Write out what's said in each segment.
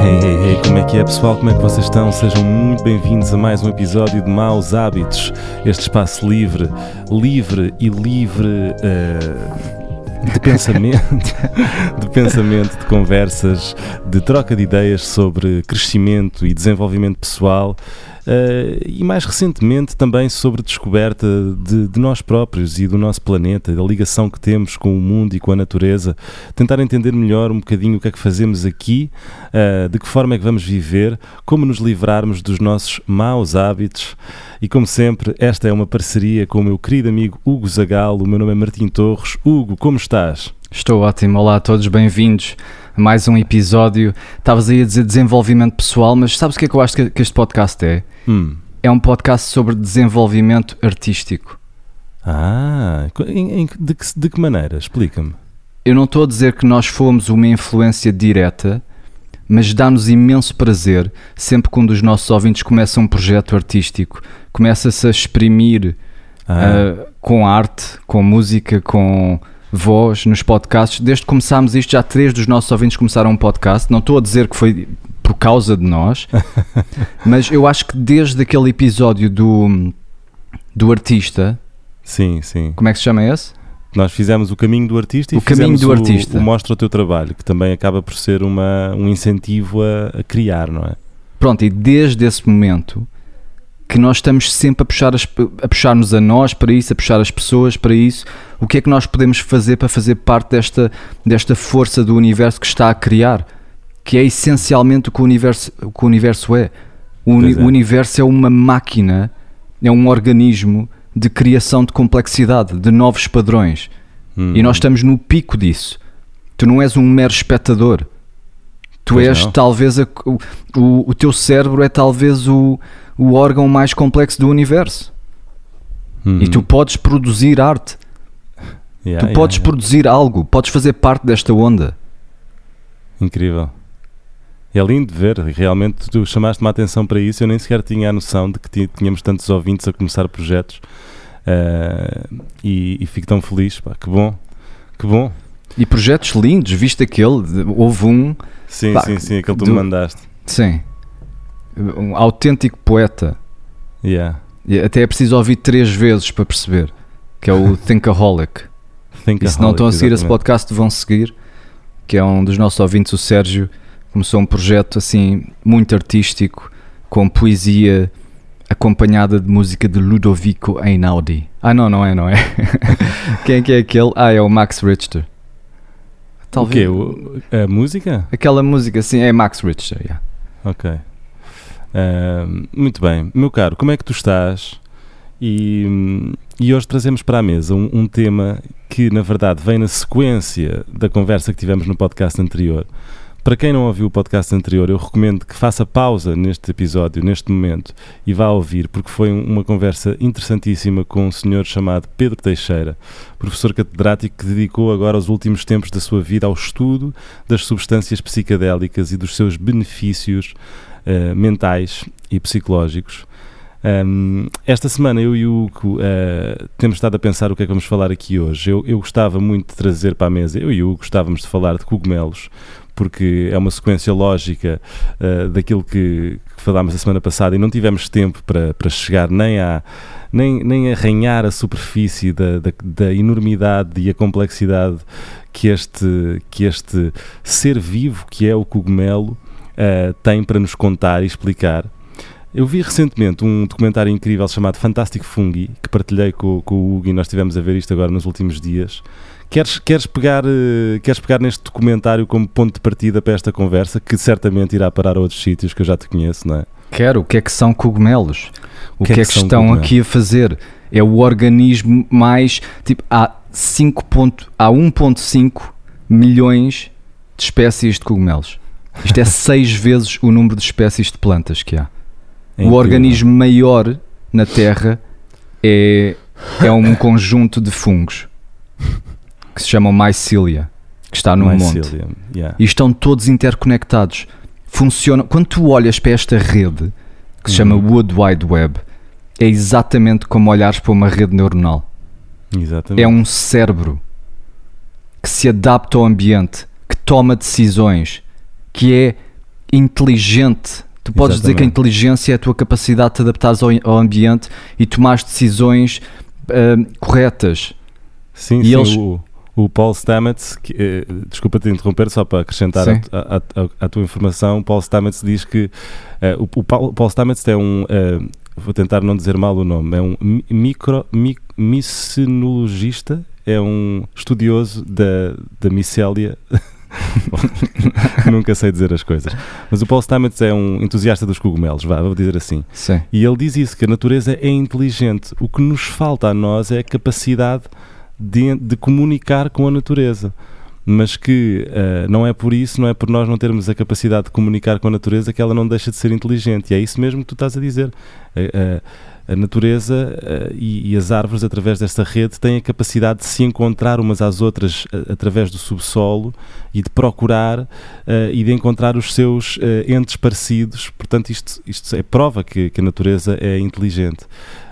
Hey, como é que é, pessoal? Como é que vocês estão? Sejam muito bem-vindos a mais um episódio de Maus Hábitos, este espaço livre de pensamento, de conversas, de troca de ideias sobre crescimento e desenvolvimento pessoal. E mais recentemente também sobre descoberta de nós próprios e do nosso planeta, da ligação que temos com o mundo e com a natureza, tentar entender melhor um bocadinho o que é que fazemos aqui, de que forma é que vamos viver, como nos livrarmos dos nossos maus hábitos. E como sempre, esta é uma parceria com o meu querido amigo Hugo Zagalo. O meu nome é Martim Torres. Hugo, como estás? Estou ótimo, olá a todos, bem-vindos a mais um episódio. Estavas aí a dizer desenvolvimento pessoal, mas sabes o que é que eu acho que este podcast é? É um podcast sobre desenvolvimento artístico. De que maneira? Explica-me. Eu não estou a dizer que nós fomos uma influência direta, mas dá-nos imenso prazer sempre que um dos nossos ouvintes começa um projeto artístico, começa-se a exprimir com arte, com música, com voz nos podcasts. Desde que começámos isto, já 3 dos nossos ouvintes começaram um podcast. Não estou a dizer que foi por causa de nós, mas eu acho que desde aquele episódio do artista, sim. Como é que se chama esse? Nós fizemos o caminho do artista e fizemos o Mostra o Teu Trabalho, que também acaba por ser um incentivo a criar, não é? Pronto, e desde esse momento que nós estamos sempre a puxar-nos a nós para isso, a puxar as pessoas para isso. O que é que nós podemos fazer para fazer parte desta força do universo que está a criar? Que é essencialmente o que o universo é. O universo é uma máquina, é um organismo de criação de complexidade, de novos padrões. E nós estamos no pico disso. Tu não és um mero espectador. Tu pois és não. Talvez o teu cérebro é talvez o órgão mais complexo do universo. E tu podes produzir arte. Tu podes produzir algo, podes fazer parte desta onda. Incrível. É lindo de ver, realmente tu chamaste-me a atenção para isso. Eu nem sequer tinha a noção de que tínhamos tantos ouvintes a começar projetos, e fico tão feliz, pá, que bom. E projetos lindos, viste houve um... Sim, aquele que tu me mandaste. Sim, um autêntico poeta. E até é preciso ouvir 3 vezes para perceber, que é o Thinkaholic. E se não estão a seguir esse podcast, vão seguir, que é um dos nossos ouvintes, o Sérgio. Começou um projeto assim muito artístico, com poesia acompanhada de música de Ludovico Einaudi. Não é. Quem é que é aquele? É o Max Richter. Talvez. O quê? A música? Aquela música, sim, é Max Richter, yeah. Ok. Muito bem. Meu caro, como é que tu estás? E hoje trazemos para a mesa um tema que, na verdade, vem na sequência da conversa que tivemos no podcast anterior. Para quem não ouviu o podcast anterior, eu recomendo que faça pausa neste episódio, neste momento, e vá ouvir, porque foi uma conversa interessantíssima com um senhor chamado Pedro Teixeira, professor catedrático que dedicou agora os últimos tempos da sua vida ao estudo das substâncias psicadélicas e dos seus benefícios mentais e psicológicos. Esta semana eu e o Hugo temos estado a pensar o que é que vamos falar aqui hoje. Eu gostava muito de trazer para a mesa, eu e o Hugo gostávamos de falar de cogumelos, porque é uma sequência lógica daquilo que falámos a semana passada e não tivemos tempo para chegar nem a arranhar a superfície da enormidade e a complexidade que este ser vivo, que é o cogumelo, tem para nos contar e explicar. Eu vi recentemente um documentário incrível chamado Fantastic Fungi, que partilhei com o Hugo e nós estivemos a ver isto agora nos últimos dias. Queres pegar neste documentário como ponto de partida para esta conversa, que certamente irá parar a outros sítios que eu já te conheço, não é? Quero. O que é que são cogumelos? O que é que estão aqui a fazer? É o organismo mais... há 1.5 milhões de espécies de cogumelos. Isto é 6 vezes o número de espécies de plantas que há. O organismo maior na Terra é um conjunto de fungos que se chamam mycelia, que está no monte. E estão todos interconectados. Funcionam. Quando tu olhas para esta rede, que se chama World Wide Web, é exatamente como olhares para uma rede neuronal. Exatamente. É um cérebro que se adapta ao ambiente, que toma decisões, que é inteligente. Tu podes dizer que a inteligência é a tua capacidade de te adaptares ao ambiente e tomar decisões corretas. Sim, e sim, o Paul Stamets, desculpa-te interromper, só para acrescentar a tua informação, Paul Stamets diz que o Paul Stamets é vou tentar não dizer mal o nome, é um micenologista, é um estudioso da micélia. Nunca sei dizer as coisas, mas o Paul Stamets é um entusiasta dos cogumelos, vou dizer assim. Sim. E ele diz isso, que a natureza é inteligente. O que nos falta a nós é a capacidade de comunicar com a natureza, mas que não é por nós não termos a capacidade de comunicar com a natureza que ela não deixa de ser inteligente. E é isso mesmo que tu estás a dizer. A natureza e as árvores, através desta rede, têm a capacidade de se encontrar umas às outras através do subsolo e de procurar e de encontrar os seus entes parecidos. Portanto, isto é prova que a natureza é inteligente.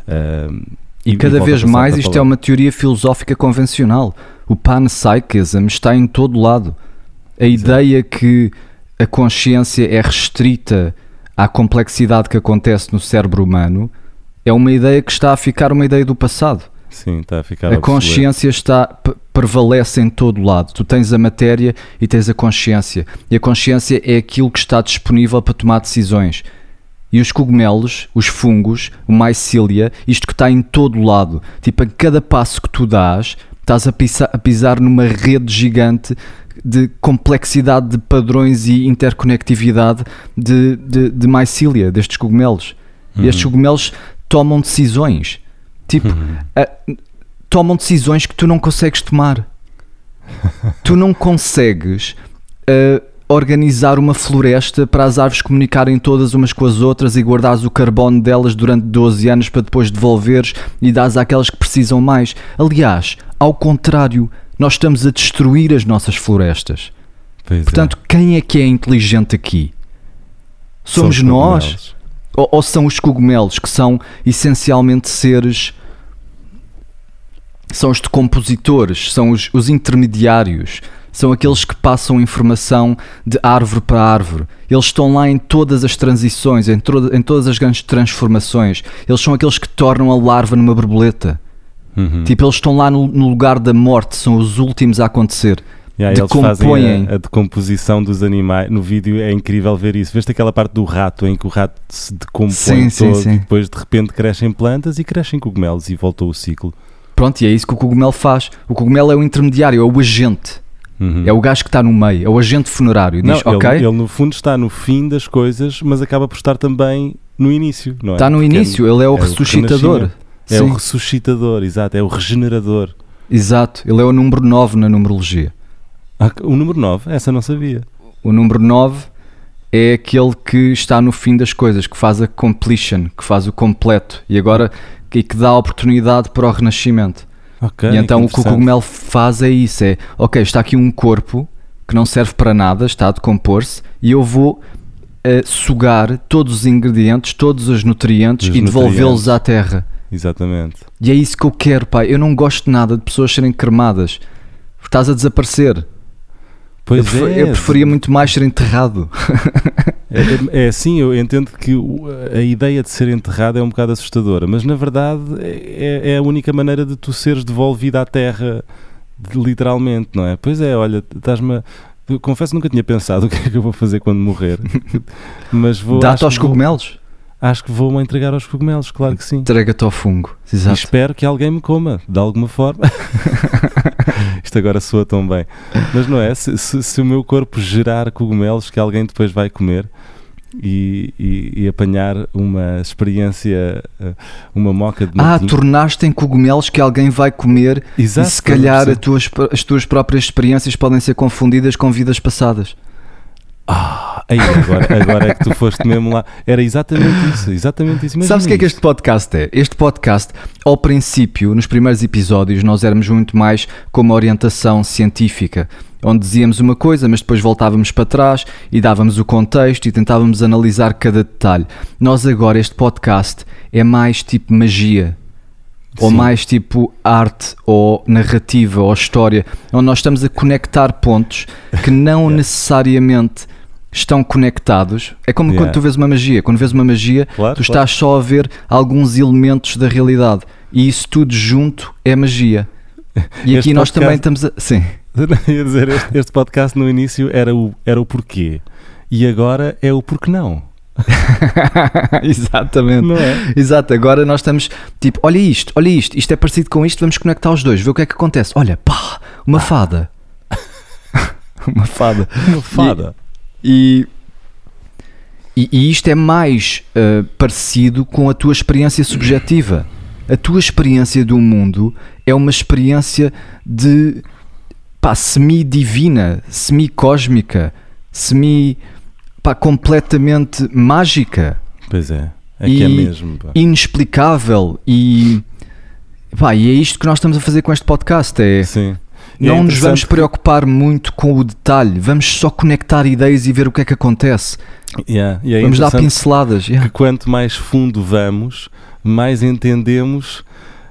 E cada vez mais isto é uma teoria filosófica convencional. O panpsychism está em todo lado. A ideia que a consciência é restrita à complexidade que acontece no cérebro humano é uma ideia que está a ficar uma ideia do passado. Sim, está a ficar a consciência prevalece em todo lado. Tu tens a matéria e tens a consciência. E a consciência é aquilo que está disponível para tomar decisões. E os cogumelos, os fungos, o mycelia, isto que está em todo lado. Tipo, a cada passo que tu dás, estás a pisar numa rede gigante de complexidade de padrões e interconectividade de mycelia, destes cogumelos. E estes cogumelos tomam decisões. Tipo, tomam decisões que tu não consegues tomar. Tu não consegues organizar uma floresta para as árvores comunicarem todas umas com as outras e guardares o carbono delas durante 12 anos para depois devolveres e dares àquelas que precisam mais. Aliás, ao contrário, nós estamos a destruir as nossas florestas. Portanto, quem é que é inteligente aqui? Somos nós? Ou são os cogumelos, que são essencialmente seres... São os decompositores, são os intermediários, são aqueles que passam informação de árvore para árvore. Eles estão lá em todas as transições, em todas as grandes transformações. Eles são aqueles que tornam a larva numa borboleta. Tipo, eles estão lá no lugar da morte, são os últimos a acontecer. Eles fazem a decomposição dos animais. No vídeo é incrível ver isso. Vês aquela parte do rato em que o rato se decompõe todo e depois de repente crescem plantas e crescem cogumelos e voltou o ciclo. Pronto, e é isso que o cogumelo faz. O cogumelo é o intermediário, é o agente. É o gajo que está no meio, é o agente funerário. Diz, ele no fundo está no fim das coisas, mas acaba por estar também no início, não é? Está no início, ele é o ressuscitador. É o ressuscitador, exato, é o regenerador. Exato, ele é o número 9 na numerologia. O número 9? Essa não sabia. O número 9 é aquele que está no fim das coisas, que faz a completion, que faz o completo e que dá a oportunidade para o renascimento. E então o que o cogumelo faz é isso, está aqui um corpo que não serve para nada, está a decompor-se e eu vou sugar todos os ingredientes, todos os nutrientes e devolvê-los à terra. Exatamente. E é isso que eu quero, pai. Eu não gosto de nada de pessoas serem cremadas. Estás a desaparecer. Eu preferia muito mais ser enterrado. Sim, eu entendo que a ideia de ser enterrado é um bocado assustadora, mas na verdade é a única maneira de tu seres devolvido à terra, literalmente, não é? Pois é, olha, eu confesso que nunca tinha pensado o que é que eu vou fazer quando morrer, mas dá-te aos cogumelos? Acho que vou-me entregar aos cogumelos, claro que sim. Entrega-te ao fungo. Exato. E espero que alguém me coma, de alguma forma. Isto agora soa tão bem. Mas não é? Se o meu corpo gerar cogumelos que alguém depois vai comer e apanhar uma experiência, uma moca de matinho. Tornaste em cogumelos que alguém vai comer. Exato, e se calhar as tuas próprias experiências podem ser confundidas com vidas passadas. Agora é que tu foste mesmo lá. Era exatamente isso. Imagina. Sabes o que é que este podcast é? Este podcast, ao princípio, nos primeiros episódios, nós éramos muito mais com uma orientação científica, onde dizíamos uma coisa, mas depois voltávamos para trás e dávamos o contexto e tentávamos analisar cada detalhe. Nós agora, este podcast, é mais tipo magia. Ou mais tipo arte, ou narrativa, ou história, onde nós estamos a conectar pontos que não necessariamente estão conectados. É como quando tu vês uma magia. Quando vês uma magia, Claro, tu estás só a ver alguns elementos da realidade. E isso tudo junto é magia. E aqui Este nós também podcast- estamos a... Sim. Ia dizer, este podcast no início era o porquê. E agora é o porquê não. Exatamente. Não é? Exato, agora nós estamos tipo, olha isto é parecido com isto, vamos conectar os dois, ver o que é que acontece. Olha, pá, uma fada. Uma fada. Uma fada. E isto é mais parecido com a tua experiência subjetiva. A tua experiência do mundo é uma experiência de semi-divina, semi-cósmica, completamente mágica. Pois é. É que é mesmo. Pá. Inexplicável e é isto que nós estamos a fazer com este podcast. Sim. E Não é nos vamos interessante preocupar muito com o detalhe, vamos só conectar ideias e ver o que é que acontece. E é Vamos dar interessante pinceladas. que quanto mais fundo vamos, mais entendemos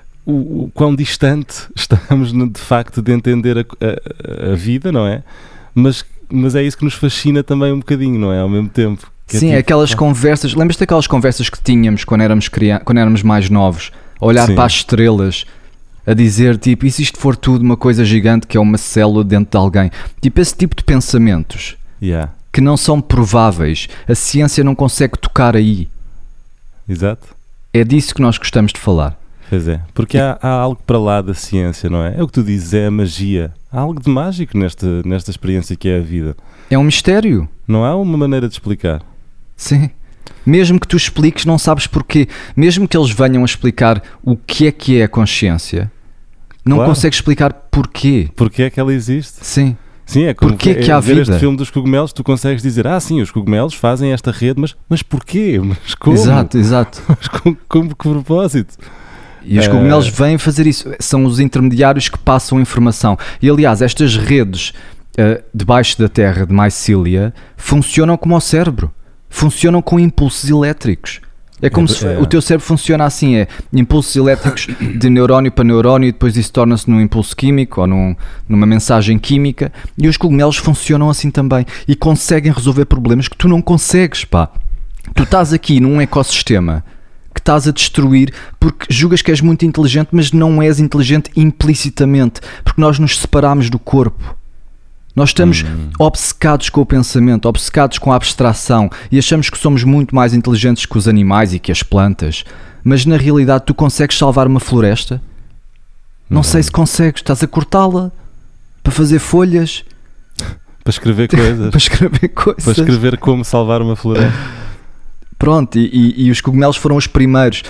o quão distante estamos de facto de entender a vida, não é? Mas é isso que nos fascina também um bocadinho, não é? Ao mesmo tempo. Que Sim, é tipo, aquelas conversas. Lembras-te daquelas conversas que tínhamos quando éramos mais novos? A olhar Sim. para as estrelas, a dizer tipo, e se isto for tudo uma coisa gigante que é uma célula dentro de alguém? Tipo, esse tipo de pensamentos Yeah. que não são prováveis. A ciência não consegue tocar aí. Exato. É disso que nós gostamos de falar. Pois é. Porque há algo para lá da ciência, não é? É o que tu dizes, é a magia. Há algo de mágico nesta experiência que é a vida. É um mistério. Não há uma maneira de explicar. Sim. Mesmo que tu expliques, não sabes porquê. Mesmo que eles venham a explicar o que é a consciência, não Claro. consegues explicar porquê. Porque é que ela existe? Sim. Sim, é como Porquê que há ver vida? este filme dos cogumelos, tu consegues dizer, sim, os cogumelos fazem esta rede, mas porquê? Mas como? Exato. Mas com que propósito? E os cogumelos vêm fazer isso. São os intermediários que passam informação. E aliás, estas redes debaixo da terra de mycelium funcionam como o cérebro. Funcionam com impulsos elétricos. É como se o teu cérebro funciona assim, é impulsos elétricos de neurónio para neurónio e depois isso torna-se num impulso químico ou numa mensagem química, e os cogumelos funcionam assim também e conseguem resolver problemas que tu não consegues, pá. Tu estás aqui num ecossistema que estás a destruir porque julgas que és muito inteligente, mas não és inteligente implicitamente, porque nós nos separamos do corpo. Nós estamos obcecados com o pensamento, obcecados com a abstração e achamos que somos muito mais inteligentes que os animais e que as plantas. Mas na realidade tu consegues salvar uma floresta? Não sei se consegues. Estás a cortá-la para fazer folhas, Para escrever coisas. para escrever coisas. Para escrever como salvar uma floresta. Pronto, e os cogumelos foram os primeiros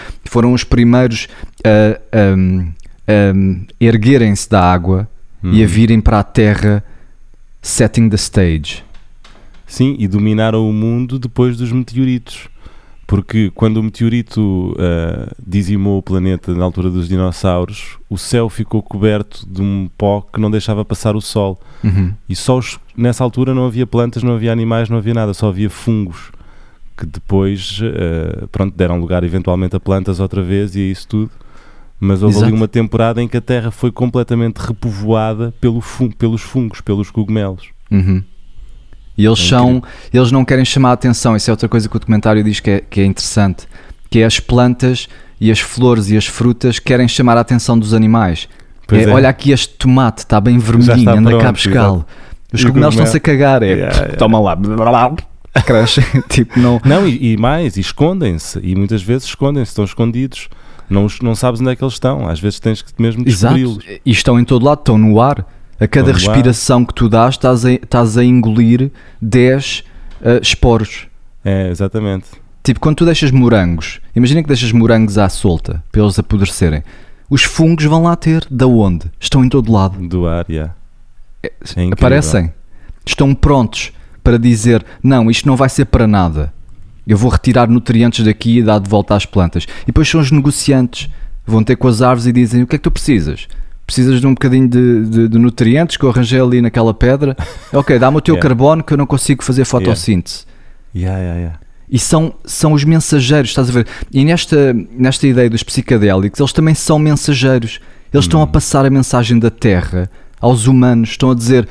a erguerem-se da água e a virem para a terra, setting the stage. Sim, e dominaram o mundo depois dos meteoritos. Porque quando o meteorito dizimou o planeta na altura dos dinossauros, o céu ficou coberto de um pó que não deixava passar o sol. E só nessa altura não havia plantas, não havia animais, não havia nada, só havia fungos. Que depois deram lugar eventualmente a plantas outra vez e a isso tudo. Mas houve ali uma temporada em que a Terra foi completamente repovoada pelos fungos, pelos cogumelos. E eles não querem chamar a atenção. Isso é outra coisa que o documentário diz que é interessante, que é as plantas e as flores e as frutas querem chamar a atenção dos animais. Olha aqui este tomate, está bem vermelhinho, anda cá buscá-lo. Os cogumelos estão-se a cagar, toma lá, crescem, tipo não... Não, e mais, e escondem-se, e muitas vezes escondem-se, estão escondidos. Não sabes onde é que eles estão, às vezes tens que mesmo descobri-los. Exato. E estão em todo lado, estão no ar. A cada respiração que tu dás, estás a engolir 10 esporos. É, exatamente. Tipo, quando tu deixas morangos, imagina que deixas morangos à solta, para eles apodrecerem. Os fungos vão lá ter, da onde? Estão em todo lado. Do ar, yeah. Aparecem. Estão prontos para dizer, não, isto não vai ser para nada. Eu vou retirar nutrientes daqui e dar de volta às plantas. E depois são os negociantes. Vão ter com as árvores e dizem, o que é que tu precisas? Precisas de um bocadinho de nutrientes que eu arranjei ali naquela pedra? Ok, dá-me o teu carbono que eu não consigo fazer fotossíntese. E são os mensageiros, estás a ver? E nesta ideia dos psicadélicos, eles também são mensageiros. Eles estão a passar a mensagem da Terra aos humanos. Estão a dizer,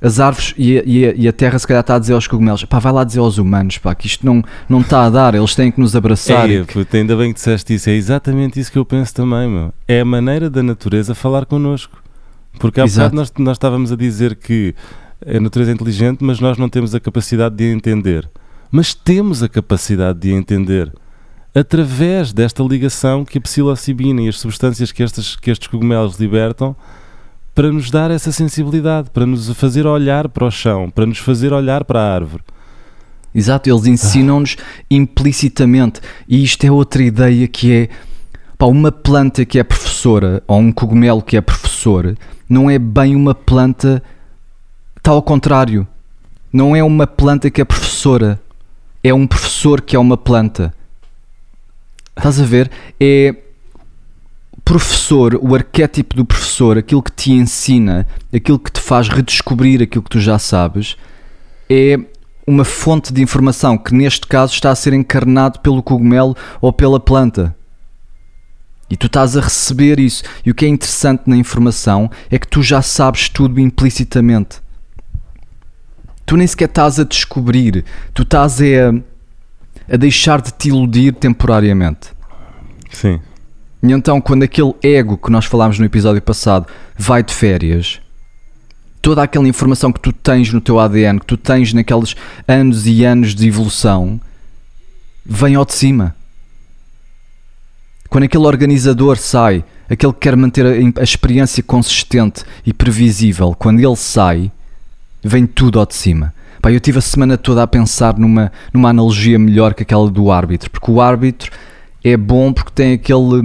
As árvores e a terra se calhar está a dizer aos cogumelos, pá, vai lá dizer aos humanos, pá, que isto não está a dar, eles têm que nos abraçar. Puta, ainda bem que disseste isso, é exatamente isso que eu penso também, meu. É a maneira da natureza falar connosco. Porque há bocado nós estávamos a dizer que a natureza é inteligente, mas nós não temos a capacidade de a entender. Mas temos a capacidade de a entender através desta ligação que a psilocibina e as substâncias que estes cogumelos libertam, para nos dar essa sensibilidade, para nos fazer olhar para o chão, para nos fazer olhar para a árvore. Exato, eles ensinam-nos implicitamente. E isto é outra ideia que é, pá, uma planta que é professora, ou um cogumelo que é professor, não é bem uma planta, está ao contrário. Não é uma planta que é professora, é um professor que é uma planta. Estás a ver? É professor, o arquétipo do professor, aquilo que te ensina, aquilo que te faz redescobrir aquilo que tu já sabes, é uma fonte de informação que neste caso está a ser encarnado pelo cogumelo ou pela planta. E tu estás a receber isso. E o que é interessante na informação é que tu já sabes tudo implicitamente. Tu nem sequer estás a descobrir, tu estás a deixar de te iludir temporariamente. Sim. E então, quando aquele ego que nós falámos no episódio passado vai de férias, toda aquela informação que tu tens no teu ADN, que tu tens naqueles anos e anos de evolução, vem ao de cima. Quando aquele organizador sai, aquele que quer manter a experiência consistente e previsível, quando ele sai, vem tudo ao de cima. Pá, eu tive a semana toda a pensar numa analogia melhor que aquela do árbitro, porque o árbitro é bom porque tem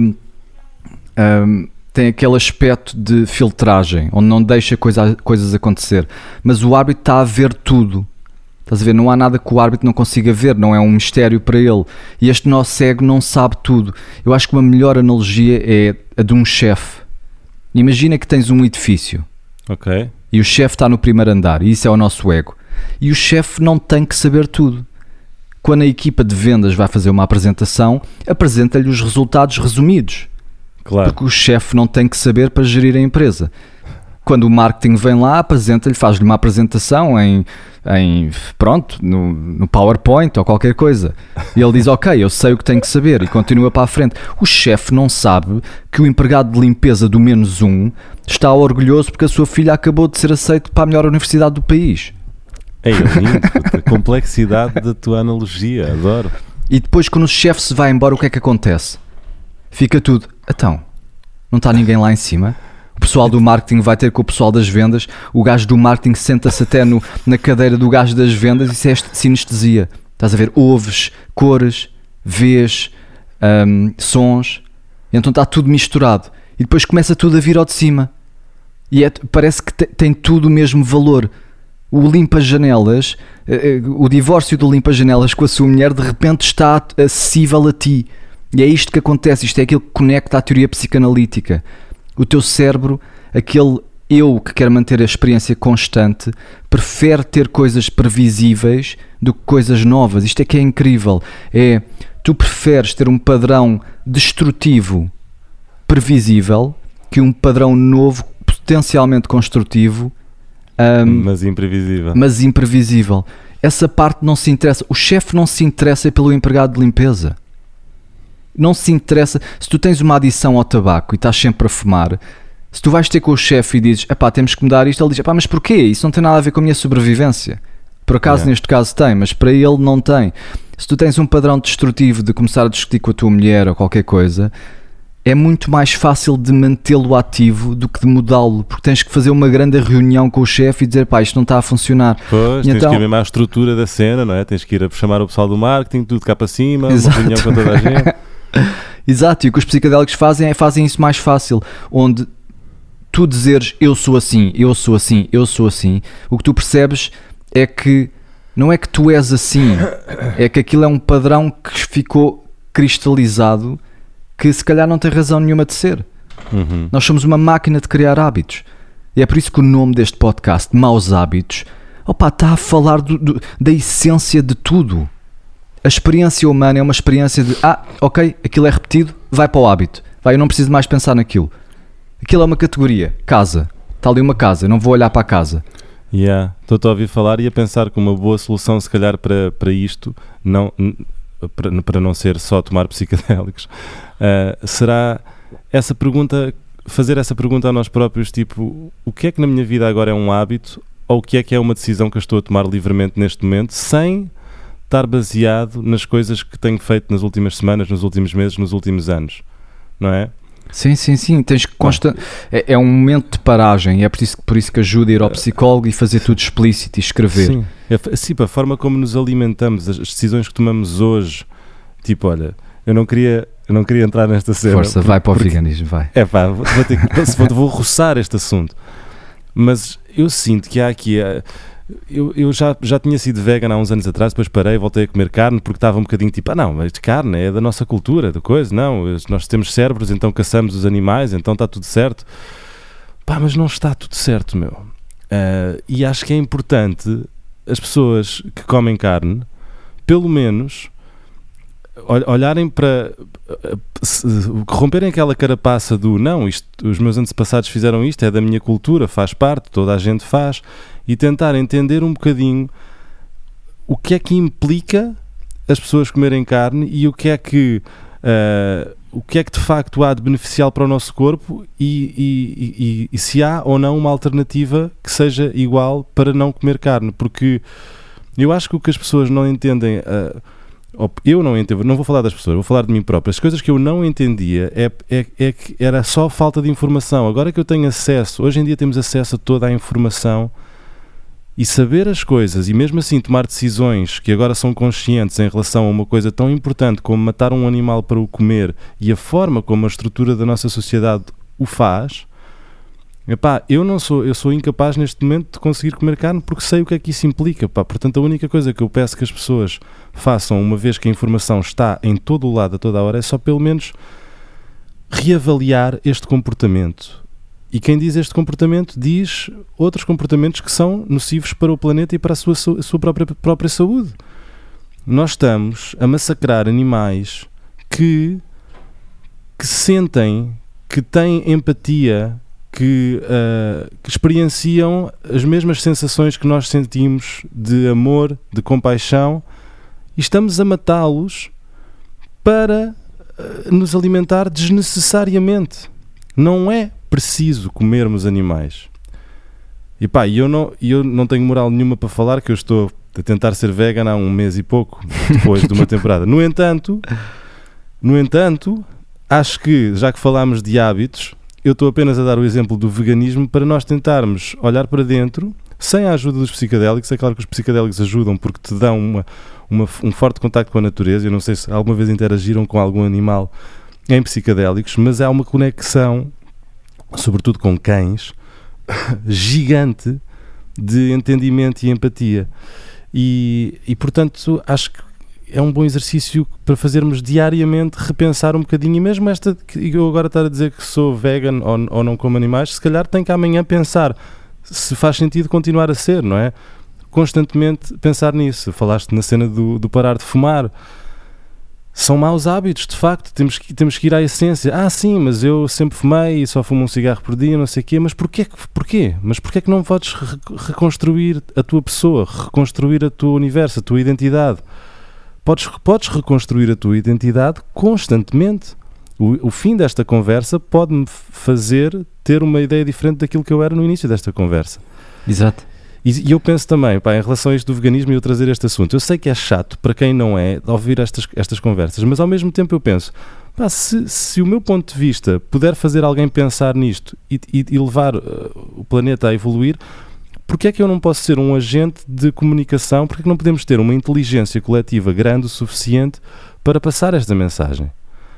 aquele aspecto de filtragem, onde não deixa coisas acontecer, mas o árbitro está a ver tudo. Estás a ver? Não há nada que o árbitro não consiga ver, não é um mistério para ele, e este nosso ego não sabe tudo. Eu acho que uma melhor analogia é a de um chefe. Imagina que tens um edifício, ok, e o chefe está no primeiro andar, e isso é o nosso ego, e o chefe não tem que saber tudo. Quando a equipa de vendas vai fazer uma apresentação, apresenta-lhe os resultados resumidos. claro. Porque o chefe não tem que saber para gerir a empresa. Quando o marketing vem lá, apresenta-lhe, faz-lhe uma apresentação no PowerPoint ou qualquer coisa. E ele diz, ok, eu sei o que tenho que saber, e continua para a frente. O chefe não sabe que o empregado de limpeza do -1 está orgulhoso porque a sua filha acabou de ser aceita para a melhor universidade do país. É lindo, a complexidade da tua analogia, adoro. E depois, quando o chefe se vai embora, o que é que acontece? Fica tudo, então, não está ninguém lá em cima? O pessoal do marketing vai ter com o pessoal das vendas, o gajo do marketing senta-se até na cadeira do gajo das vendas, isso é sinestesia. Estás a ver? Ouves, cores, vês, sons, então está tudo misturado. E depois começa tudo a vir ao de cima. E parece que tem tudo o mesmo valor. O limpa-janelas, o divórcio do limpa-janelas com a sua mulher, de repente está acessível a ti. E é isto que acontece, isto é aquilo que conecta à teoria psicanalítica. O teu cérebro, aquele eu que quer manter a experiência constante, prefere ter coisas previsíveis do que coisas novas. Isto é que é incrível. Tu preferes ter um padrão destrutivo previsível que um padrão novo, potencialmente construtivo, mas imprevisível. Essa parte não se interessa. O chefe não se interessa pelo empregado de limpeza. Não se interessa. Se tu tens uma adição ao tabaco e estás sempre a fumar, se tu vais ter com o chefe e dizes, temos que mudar isto, ele diz, mas porquê? Isso não tem nada a ver com a minha sobrevivência. Por acaso, neste caso tem, mas para ele não tem. Se tu tens um padrão destrutivo de começar a discutir com a tua mulher ou qualquer coisa, é muito mais fácil de mantê-lo ativo do que de mudá-lo, porque tens que fazer uma grande reunião com o chefe e dizer, isto não está a funcionar. Pois, tens que ir mesmo à estrutura da cena, não é? Tens que ir a chamar o pessoal do marketing, tudo cá para cima, uma reunião com toda a gente. Exato, e o que os psicodélicos fazem isso mais fácil, onde tu dizeres, eu sou assim, eu sou assim, eu sou assim, o que tu percebes é que não é que tu és assim, é que aquilo é um padrão que ficou cristalizado, que se calhar não tem razão nenhuma de ser. Nós somos uma máquina de criar hábitos. E é por isso que o nome deste podcast, Maus Hábitos, está a falar da essência de tudo. A experiência humana é uma experiência de ok, aquilo é repetido, vai para o hábito. Eu não preciso mais pensar naquilo. Aquilo é uma categoria, casa. Está ali uma casa, eu não vou olhar para a casa. Estou-te a ouvir falar e a pensar que uma boa solução, se calhar, para isto, para não ser só tomar psicodélicos, será essa pergunta, fazer essa pergunta a nós próprios, tipo, o que é que na minha vida agora é um hábito, ou o que é uma decisão que eu estou a tomar livremente neste momento, sem estar baseado nas coisas que tenho feito nas últimas semanas, nos últimos meses, nos últimos anos, não é? Sim, tens que é um momento de paragem, e é por isso que ajuda a ir ao psicólogo e fazer tudo explícito e escrever. Sim, a forma como nos alimentamos, as decisões que tomamos hoje, tipo, olha, eu não queria entrar nesta cena. Força, vai para o veganismo, vai. Vou roçar este assunto, mas eu sinto que há aqui... Eu já tinha sido vegan há uns anos atrás, depois parei, voltei a comer carne porque estava um bocadinho tipo, não, mas carne é da nossa cultura, da coisa, não, nós temos cérebros, então caçamos os animais, então está tudo certo. Mas não está tudo certo, meu. E acho que é importante as pessoas que comem carne, pelo menos, olharem para... romperem aquela carapaça do, não, os meus antepassados fizeram isto, é da minha cultura, faz parte, toda a gente faz... E tentar entender um bocadinho o que é que implica as pessoas comerem carne e o que é que de facto há de beneficial para o nosso corpo e se há ou não uma alternativa que seja igual para não comer carne. Porque eu acho que o que as pessoas não entendem, eu não entendo, não vou falar das pessoas, vou falar de mim próprio. As coisas que eu não entendia é que era só falta de informação. Agora que eu tenho acesso, hoje em dia temos acesso a toda a informação. E saber as coisas, e mesmo assim tomar decisões que agora são conscientes em relação a uma coisa tão importante como matar um animal para o comer e a forma como a estrutura da nossa sociedade o faz, eu sou incapaz neste momento de conseguir comer carne porque sei o que é que isso implica. Portanto, a única coisa que eu peço que as pessoas façam, uma vez que a informação está em todo o lado a toda a hora, é só pelo menos reavaliar este comportamento. E quem diz este comportamento diz outros comportamentos que são nocivos para o planeta e para a sua própria saúde. Nós estamos a massacrar animais que sentem, que têm empatia, que experienciam as mesmas sensações que nós sentimos de amor, de compaixão, e estamos a matá-los para nos alimentar desnecessariamente. Não é preciso comermos animais. E eu não tenho moral nenhuma para falar que eu estou a tentar ser vegan há um mês e pouco, depois de uma temporada. No entanto, acho que, já que falámos de hábitos, eu estou apenas a dar o exemplo do veganismo para nós tentarmos olhar para dentro, sem a ajuda dos psicodélicos. É claro que os psicodélicos ajudam porque te dão um forte contacto com a natureza. Eu não sei se alguma vez interagiram com algum animal em psicodélicos, mas há uma conexão, sobretudo com cães, gigante de entendimento e empatia. E portanto, acho que é um bom exercício para fazermos diariamente, repensar um bocadinho. E mesmo esta, que eu agora estar a dizer que sou vegan ou não como animais, se calhar tem que amanhã pensar se faz sentido continuar a ser, não é? Constantemente pensar nisso. Falaste na cena do parar de fumar. São maus hábitos, de facto, temos que ir à essência. Sim, mas eu sempre fumei e só fumo um cigarro por dia, não sei o quê. Mas porquê? Mas porquê que não podes reconstruir a tua pessoa, reconstruir a tua universo, a tua identidade? Podes reconstruir a tua identidade constantemente. O fim desta conversa pode-me fazer ter uma ideia diferente daquilo que eu era no início desta conversa. Exato. E eu penso também, em relação a isto do veganismo e eu trazer este assunto, eu sei que é chato para quem não é ouvir estas conversas, mas ao mesmo tempo eu penso, se o meu ponto de vista puder fazer alguém pensar nisto e levar o planeta a evoluir, porque é que eu não posso ser um agente de comunicação? Porque é que não podemos ter uma inteligência coletiva grande o suficiente para passar esta mensagem?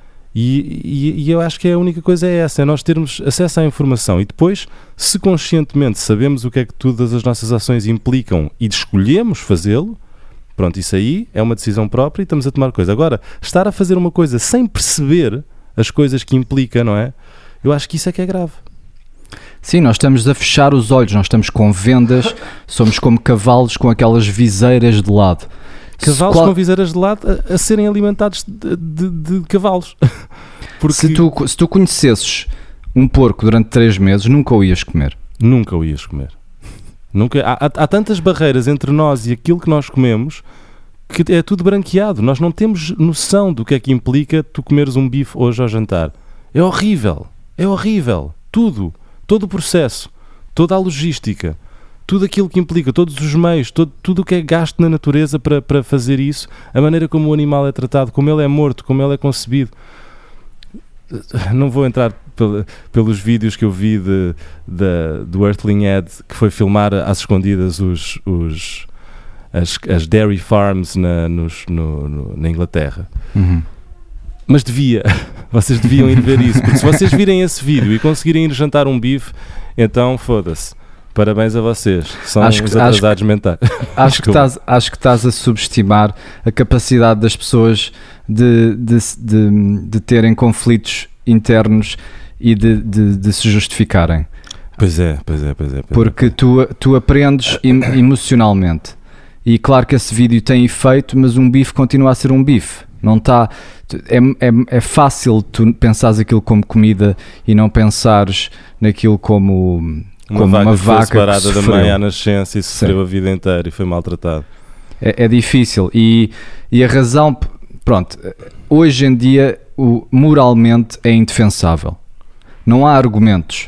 E eu acho que a única coisa é essa, é nós termos acesso à informação e depois, se conscientemente sabemos o que é que todas as nossas ações implicam e escolhemos fazê-lo, pronto, isso aí é uma decisão própria e estamos a tomar coisa. Agora, estar a fazer uma coisa sem perceber as coisas que implica, não é? Eu acho que isso é que é grave. Sim, nós estamos a fechar os olhos, nós estamos com vendas, somos como cavalos com aquelas viseiras de lado. Cavalos com viseiras de lado a serem alimentados de cavalos. Porque... Se tu conhecesses um porco durante 3 meses, nunca o ias comer. Nunca o ias comer. Há tantas barreiras entre nós e aquilo que nós comemos que é tudo branqueado. Nós não temos noção do que é que implica tu comeres um bife hoje ao jantar. É horrível. Tudo. Todo o processo. Toda a logística. Tudo aquilo que implica, todos os meios, tudo o que é gasto na natureza para fazer isso, a maneira como o animal é tratado, como ele é morto, como ele é concebido. Não vou entrar pelos vídeos que eu vi do Earthling Ed, que foi filmar às escondidas as dairy farms na Inglaterra. Mas vocês deviam ir ver isso, porque se vocês virem esse vídeo e conseguirem ir jantar um bife, então foda-se, parabéns a vocês, são os atrasados mentais. Acho que estás a subestimar a capacidade das pessoas de terem conflitos internos e de se justificarem. Pois é. Porque tu aprendes emocionalmente. E claro que esse vídeo tem efeito, mas um bife continua a ser um bife. Não está... É fácil tu pensares aquilo como comida e não pensares naquilo como uma vaca que foi separada da mãe à nascença e sofreu a vida inteira e foi maltratado. É difícil. E a razão... Pronto, hoje em dia moralmente é indefensável. Não há argumentos.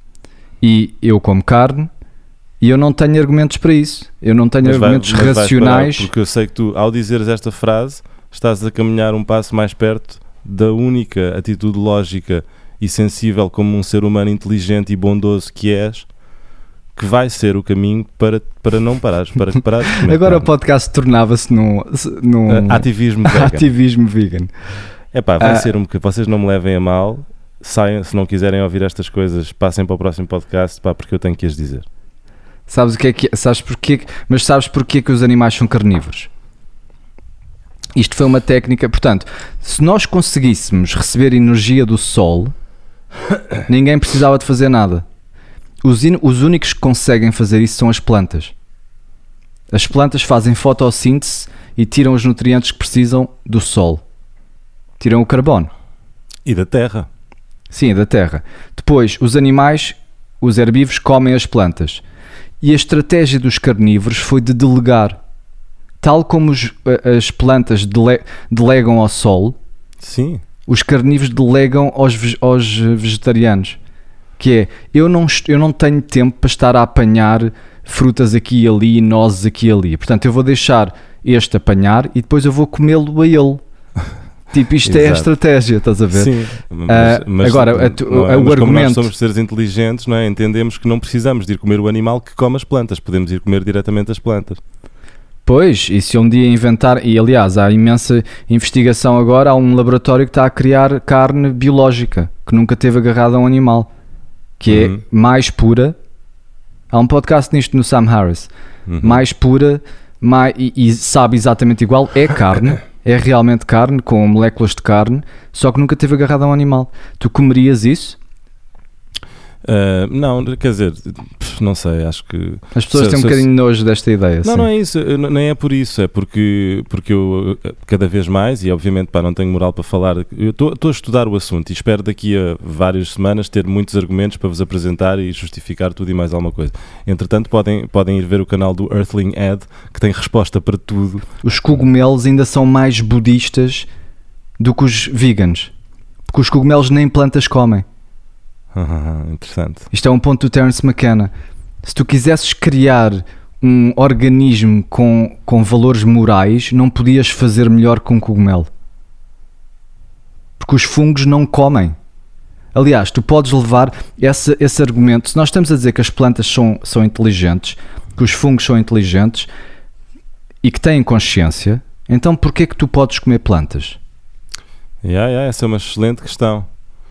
E eu como carne... E eu não tenho argumentos para isso. Eu não tenho argumentos racionais. Porque eu sei que tu, ao dizeres esta frase, estás a caminhar um passo mais perto da única atitude lógica e sensível como um ser humano inteligente e bondoso que és, que vai ser o caminho para não parares, para parar de comer. Agora o podcast tornava-se num ativismo vegan. Ativismo vegan. Vai ser vocês não me levem a mal, saiam, se não quiserem ouvir estas coisas, passem para o próximo podcast, porque eu tenho que as dizer. Sabes o que é que é? Sabes porquê? Mas sabes porquê que os animais são carnívoros? Isto foi uma técnica. Portanto, se nós conseguíssemos receber energia do sol, ninguém precisava de fazer nada. Os únicos que conseguem fazer isso são as plantas. As plantas fazem fotossíntese e tiram os nutrientes que precisam do sol. Tiram o carbono. E da terra. Sim, da terra. Depois, os animais, os herbívoros, comem as plantas. E a estratégia dos carnívoros foi de delegar. Tal como as plantas delegam ao sol, sim, os carnívoros delegam aos vegetarianos. Que é, eu não tenho tempo para estar a apanhar frutas aqui e ali e nozes aqui e ali. Portanto, eu vou deixar este apanhar e depois eu vou comê-lo a ele. Tipo, isto é a estratégia, estás a ver? Sim, mas agora, o argumento... Como nós somos seres inteligentes, não é? Entendemos que não precisamos de ir comer o animal que come as plantas, podemos ir comer diretamente as plantas. Pois, e se um dia inventar... E aliás, há imensa investigação agora, há um laboratório que está a criar carne biológica, que nunca teve agarrado a um animal, que é mais pura. Há um podcast nisto no Sam Harris. Mais pura, e sabe exatamente igual, é carne... É realmente carne, com moléculas de carne, só que nunca teve agarrado a um animal. Tu comerias isso? Não, quer dizer, não sei, acho que... As pessoas têm um bocadinho de nojo desta ideia. Não é isso, nem é por isso, é porque eu cada vez mais, e obviamente não tenho moral para falar, eu estou a estudar o assunto e espero daqui a várias semanas ter muitos argumentos para vos apresentar e justificar tudo e mais alguma coisa. Entretanto, podem ir ver o canal do Earthling Ed, que tem resposta para tudo. Os cogumelos ainda são mais budistas do que os veganos, porque os cogumelos nem plantas comem. Interessante. Isto é um ponto do Terence McKenna. Se tu quisesses criar um organismo com valores morais, não podias fazer melhor que um cogumelo, porque os fungos não comem. Aliás, tu podes levar esse argumento. Se nós estamos a dizer que as plantas são inteligentes, que os fungos são inteligentes e que têm consciência, então porquê que tu podes comer plantas? Essa é uma excelente questão.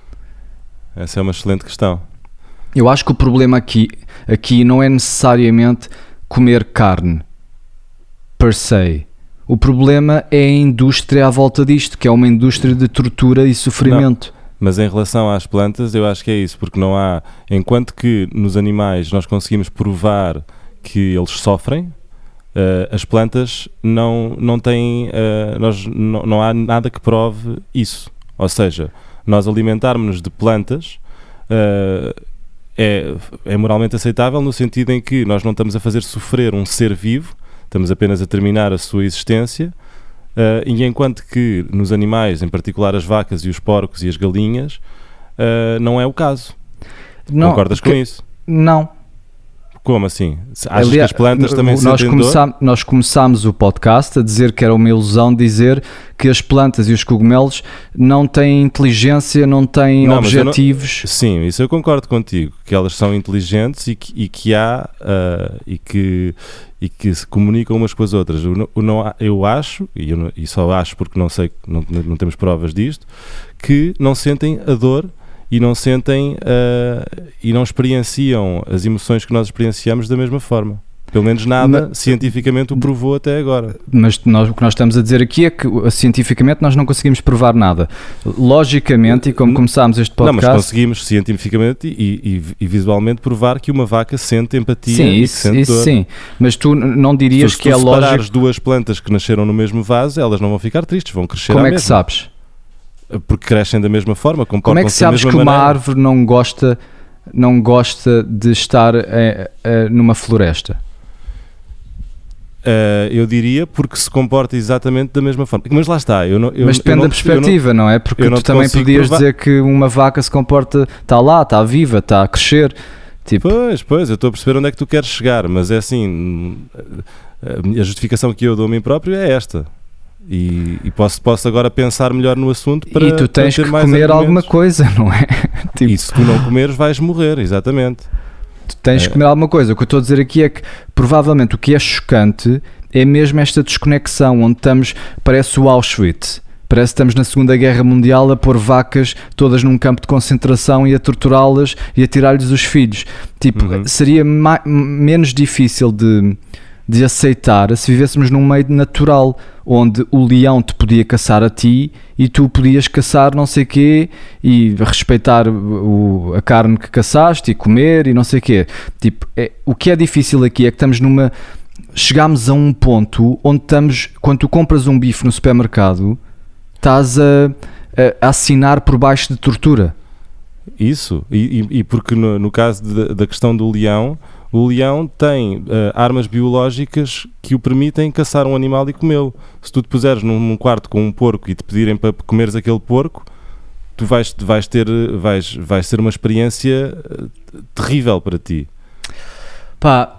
Eu acho que o problema aqui não é necessariamente comer carne per se. O problema é a indústria à volta disto, que é uma indústria de tortura e sofrimento. Não, mas em relação às plantas, eu acho que é isso, porque não há... Enquanto que nos animais nós conseguimos provar que eles sofrem, as plantas não têm... não há nada que prove isso. Ou seja... Nós alimentarmos-nos de plantas é moralmente aceitável no sentido em que nós não estamos a fazer sofrer um ser vivo, estamos apenas a terminar a sua existência, e enquanto que nos animais, em particular as vacas e os porcos e as galinhas, não é o caso. Não, Concordas com isso? Não. Como assim? Achas que as plantas também sentem dor? Nós começámos o podcast a dizer que era uma ilusão dizer que as plantas e os cogumelos não têm inteligência, não têm objetivos. Sim, isso eu concordo contigo, que elas são inteligentes e que se comunicam umas com as outras. Eu acho, e só acho porque não sei, não temos provas disto, que não sentem a dor e não sentem e não experienciam as emoções que nós experienciamos da mesma forma. Pelo menos nada cientificamente o provou até agora. Mas o que nós estamos a dizer aqui é que cientificamente nós não conseguimos provar nada. Logicamente, e como começámos este podcast... Não, mas conseguimos cientificamente e visualmente provar que uma vaca sente empatia. Sim, isso dor. Sim. Mas tu não dirias que é lógico... Se separares duas plantas que nasceram no mesmo vaso, elas não vão ficar tristes, vão crescer à mesma. Como é que sabes? Porque crescem da mesma forma, comportam-se Como é que sabes que uma árvore não gosta de estar numa floresta? Eu diria porque se comporta exatamente da mesma forma. Mas lá está. Mas depende da perspectiva, não é? Porque tu também podias dizer que uma vaca se comporta, está lá, está viva, está a crescer. Tipo... Pois, eu estou a perceber onde é que tu queres chegar, mas é assim, a justificação que eu dou a mim próprio é esta. E posso agora pensar melhor no assunto para e tu tens ter que mais comer argumentos. alguma coisa, não é? E se tu não comeres vais morrer, exatamente. Tu tens que comer alguma coisa. O que eu estou a dizer aqui é que provavelmente o que é chocante é mesmo esta desconexão onde estamos, parece o Auschwitz, parece que estamos na Segunda Guerra Mundial a pôr vacas todas num campo de concentração e a torturá-las e a tirar-lhes os filhos. Tipo, seria menos difícil de aceitar se vivêssemos num meio natural onde o leão te podia caçar a ti e tu podias caçar não sei quê e respeitar a carne que caçaste e comer e não sei quê. Tipo, o que é difícil aqui é que chegámos a um ponto onde estamos, quando tu compras um bife no supermercado, estás a assinar por baixo de tortura. Isso, e porque no caso da questão do leão, o leão tem armas biológicas que o permitem caçar um animal e comê-lo. Se tu te puseres num quarto com um porco e te pedirem para comeres aquele porco, tu vais ter uma experiência terrível para ti. Pá,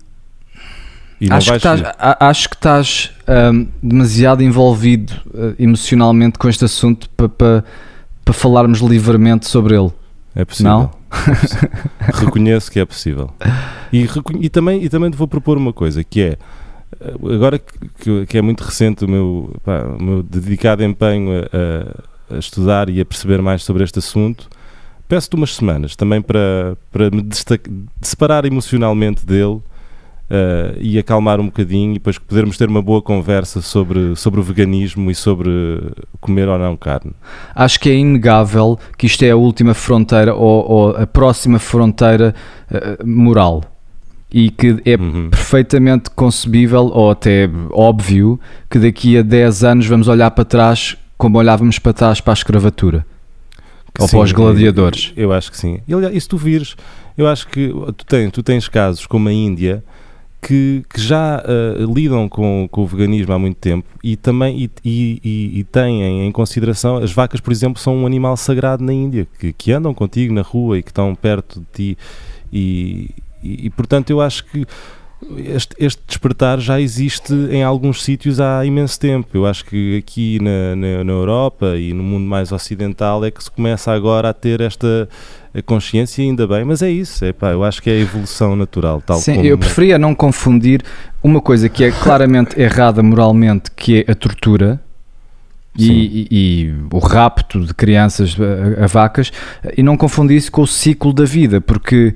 acho que estás demasiado envolvido emocionalmente com este assunto para falarmos livremente sobre ele. É possível. Não? É possível. Reconheço que é possível. E também te vou propor uma coisa, que é, agora que é muito recente o meu dedicado empenho a estudar e a perceber mais sobre este assunto, peço-te umas semanas também para me separar emocionalmente dele e acalmar um bocadinho e depois podermos ter uma boa conversa sobre o veganismo e sobre comer ou não carne. Acho que é inegável que isto é a última fronteira ou a próxima fronteira moral e que é perfeitamente concebível ou até óbvio que daqui a 10 anos vamos olhar para trás como olhávamos para trás para a escravatura ou para os gladiadores. Eu acho que sim. E se tu vires, eu acho que tu tens casos como a Índia que já lidam com o veganismo há muito tempo e também e têm em consideração, as vacas, por exemplo, são um animal sagrado na Índia, que andam contigo na rua e que estão perto de ti e portanto eu acho que este despertar já existe em alguns sítios há imenso tempo. Eu acho que aqui na Europa e no mundo mais ocidental é que se começa agora a ter esta consciência, ainda bem, mas é isso, eu acho que é a evolução natural. Sim, eu preferia não confundir uma coisa que é claramente errada moralmente, que é a tortura e o rapto de crianças a vacas, e não confundir isso com o ciclo da vida, porque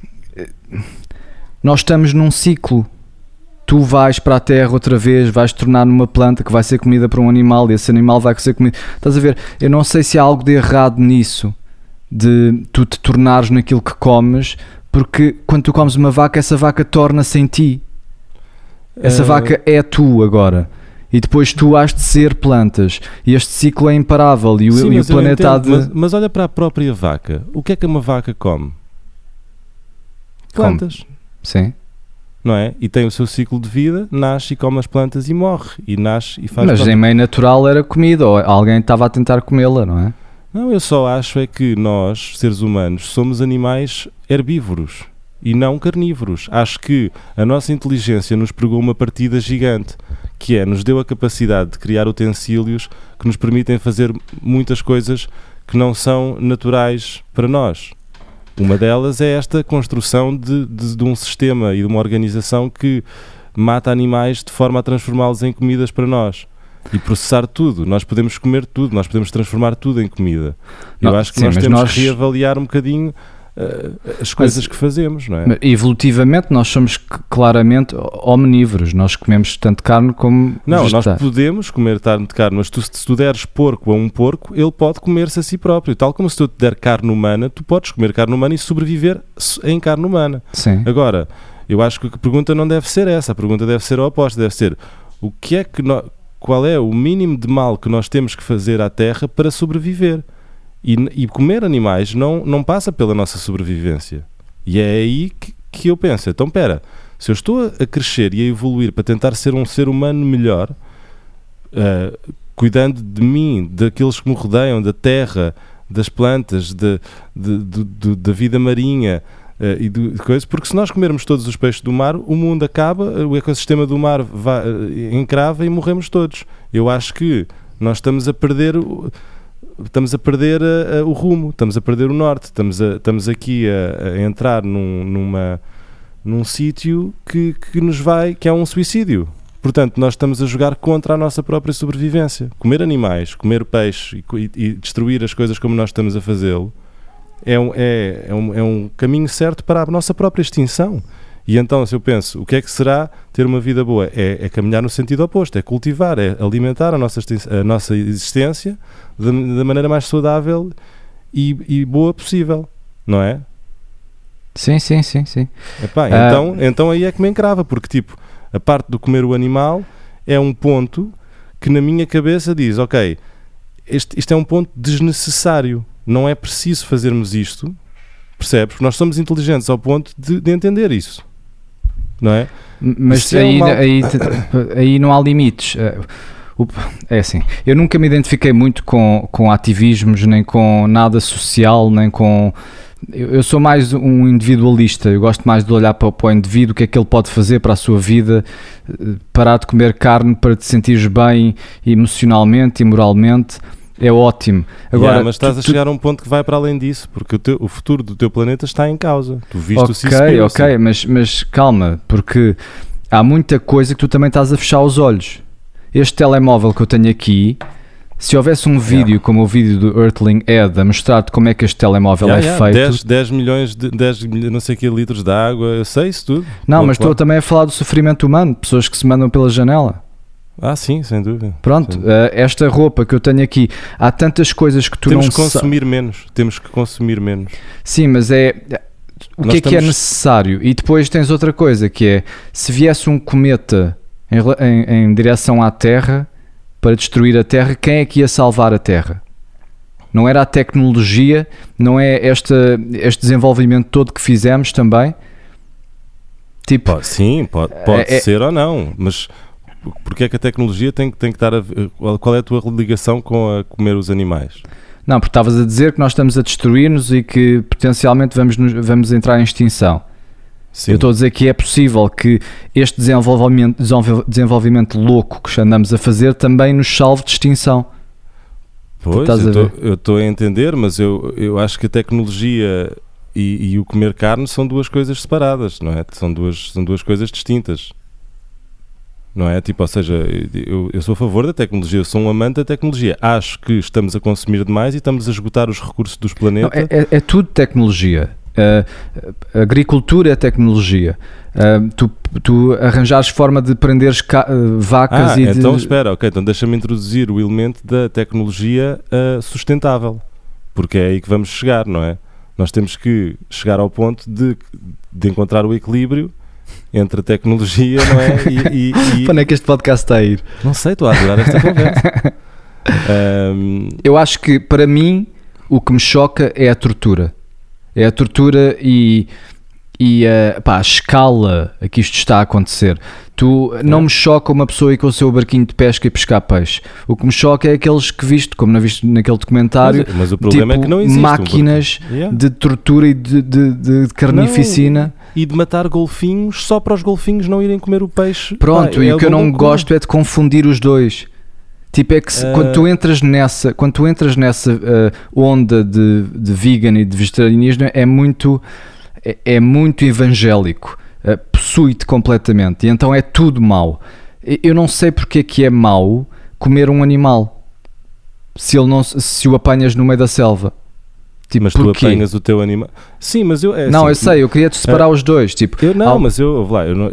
nós estamos num ciclo. Tu vais para a terra outra vez, vais tornar numa planta que vai ser comida por um animal e esse animal vai ser comido. Estás a ver? Eu não sei se há algo de errado nisso, de tu te tornares naquilo que comes, porque quando tu comes uma vaca, essa vaca torna-se em ti. Essa vaca é tu agora. E depois tu has de ser plantas. E este ciclo é imparável. E o planeta há de... Mas olha para a própria vaca. O que é que uma vaca come? Plantas. Sim. Não é? E tem o seu ciclo de vida, nasce e come as plantas e morre. E nasce e faz... Mas em meio natural era comida, ou alguém estava a tentar comê-la, não é? Não, eu só acho é que nós, seres humanos, somos animais herbívoros e não carnívoros. Acho que a nossa inteligência nos pregou uma partida gigante, que nos deu a capacidade de criar utensílios que nos permitem fazer muitas coisas que não são naturais para nós. Uma delas é esta construção de um sistema e de uma organização que mata animais de forma a transformá-los em comidas para nós. E processar tudo. Nós podemos comer tudo, nós podemos transformar tudo em comida. Eu acho que nós temos que reavaliar um bocadinho as coisas que fazemos, não é? Evolutivamente nós somos claramente omnívoros, nós comemos tanto carne como não, nós podemos comer carne, mas se tu deres porco a um porco, ele pode comer-se a si próprio, tal como se eu te der carne humana, tu podes comer carne humana e sobreviver em carne humana. Sim. Agora, eu acho que a pergunta não deve ser essa, a pergunta deve ser a oposta, deve ser qual é o mínimo de mal que nós temos que fazer à Terra para sobreviver? E comer animais não passa pela nossa sobrevivência. E é aí que eu penso, então espera, se eu estou a crescer e a evoluir para tentar ser um ser humano melhor, cuidando de mim, daqueles que me rodeiam, da terra, das plantas, da vida marinha e de coisas, porque se nós comermos todos os peixes do mar, o mundo acaba, o ecossistema do mar encrava e morremos todos. Eu acho que nós estamos a perder o rumo, estamos a perder o norte, estamos aqui a entrar num sítio que é um suicídio. Portanto, nós estamos a jogar contra a nossa própria sobrevivência. Comer animais, comer peixe e destruir as coisas como nós estamos a fazê-lo é um caminho certo para a nossa própria extinção. E então, se eu penso, o que é que será ter uma vida boa? É caminhar no sentido oposto, é cultivar, é alimentar a nossa existência da maneira mais saudável e boa possível, não é? Sim. Epá, então aí é que me encrava, porque tipo, a parte do comer o animal é um ponto que na minha cabeça diz, ok, isto é um ponto desnecessário, não é preciso fazermos isto, percebes? Porque nós somos inteligentes ao ponto de entender isso. Não é? Mas aí não há limites. É assim, eu nunca me identifiquei muito com ativismos, nem com nada social, nem com... Eu sou mais um individualista, eu gosto mais de olhar para o indivíduo, o que é que ele pode fazer para a sua vida, parar de comer carne para te sentires bem emocionalmente e moralmente. É ótimo. Agora, mas estás a chegar a um ponto que vai para além disso, porque o futuro do teu planeta está em causa. Tu viste o Seaspiracy. Ok, mas calma, porque há muita coisa que tu também estás a fechar os olhos. Este telemóvel que eu tenho aqui, se houvesse um vídeo como o vídeo do Earthling Ed a mostrar-te como é que este telemóvel é feito... 10 milhões de não sei que litros de água, eu sei isso tudo. Não, mas estou também a falar do sofrimento humano, de pessoas que se mandam pela janela. Sim, sem dúvida. Pronto, esta roupa que eu tenho aqui, há tantas coisas que tu temos que consumir menos. Sim, mas o que é necessário? E depois tens outra coisa, que é, se viesse um cometa em direção à Terra, para destruir a Terra, quem é que ia salvar a Terra? Não era a tecnologia, não é este desenvolvimento todo que fizemos também? Tipo, sim, pode ser ou não, mas... Porque é que a tecnologia tem que estar qual é a tua ligação com a comer os animais? Não, porque estavas a dizer que nós estamos a destruir-nos e que potencialmente vamos entrar em extinção. Sim. Eu estou a dizer que é possível que este desenvolvimento louco que andamos a fazer também nos salve de extinção. Pois, eu estou a entender, mas eu acho que a tecnologia e o comer carne são duas coisas separadas, não é? São duas coisas distintas. Não é? Tipo, ou seja, eu sou a favor da tecnologia, eu sou um amante da tecnologia. Acho que estamos a consumir demais e estamos a esgotar os recursos dos planetas. Não, é tudo tecnologia. A agricultura é tecnologia. Tu arranjares forma de prenderes vacas e então espera, ok, então deixa-me introduzir o elemento da tecnologia sustentável, porque é aí que vamos chegar, não é? Nós temos que chegar ao ponto de encontrar o equilíbrio entre a tecnologia, não é? Para onde é que este podcast está a ir? Não sei, estou a adorar esta conversa. Eu acho que, para mim, o que me choca é a tortura. É a tortura e a escala a que isto está a acontecer. Não me choca uma pessoa ir com o seu barquinho de pesca e pescar peixe. O que me choca é aqueles que viste, como viste naquele documentário, mas o problema é que não existe máquinas de tortura e de carnificina. E de matar golfinhos só para os golfinhos não irem comer o peixe. Pronto, e o que eu não gosto é de confundir os dois. Tipo, é que quando tu entras nessa onda de vegan e de vegetarianismo, é muito evangélico, possui-te completamente, e então é tudo mau. Eu não sei porque é que é mau comer um animal se o apanhas no meio da selva. Tipo, mas porquê? Tu apanhas o teu animal. Sim, mas eu... não, assim, eu sei, eu queria-te separar os dois. Tipo, mas eu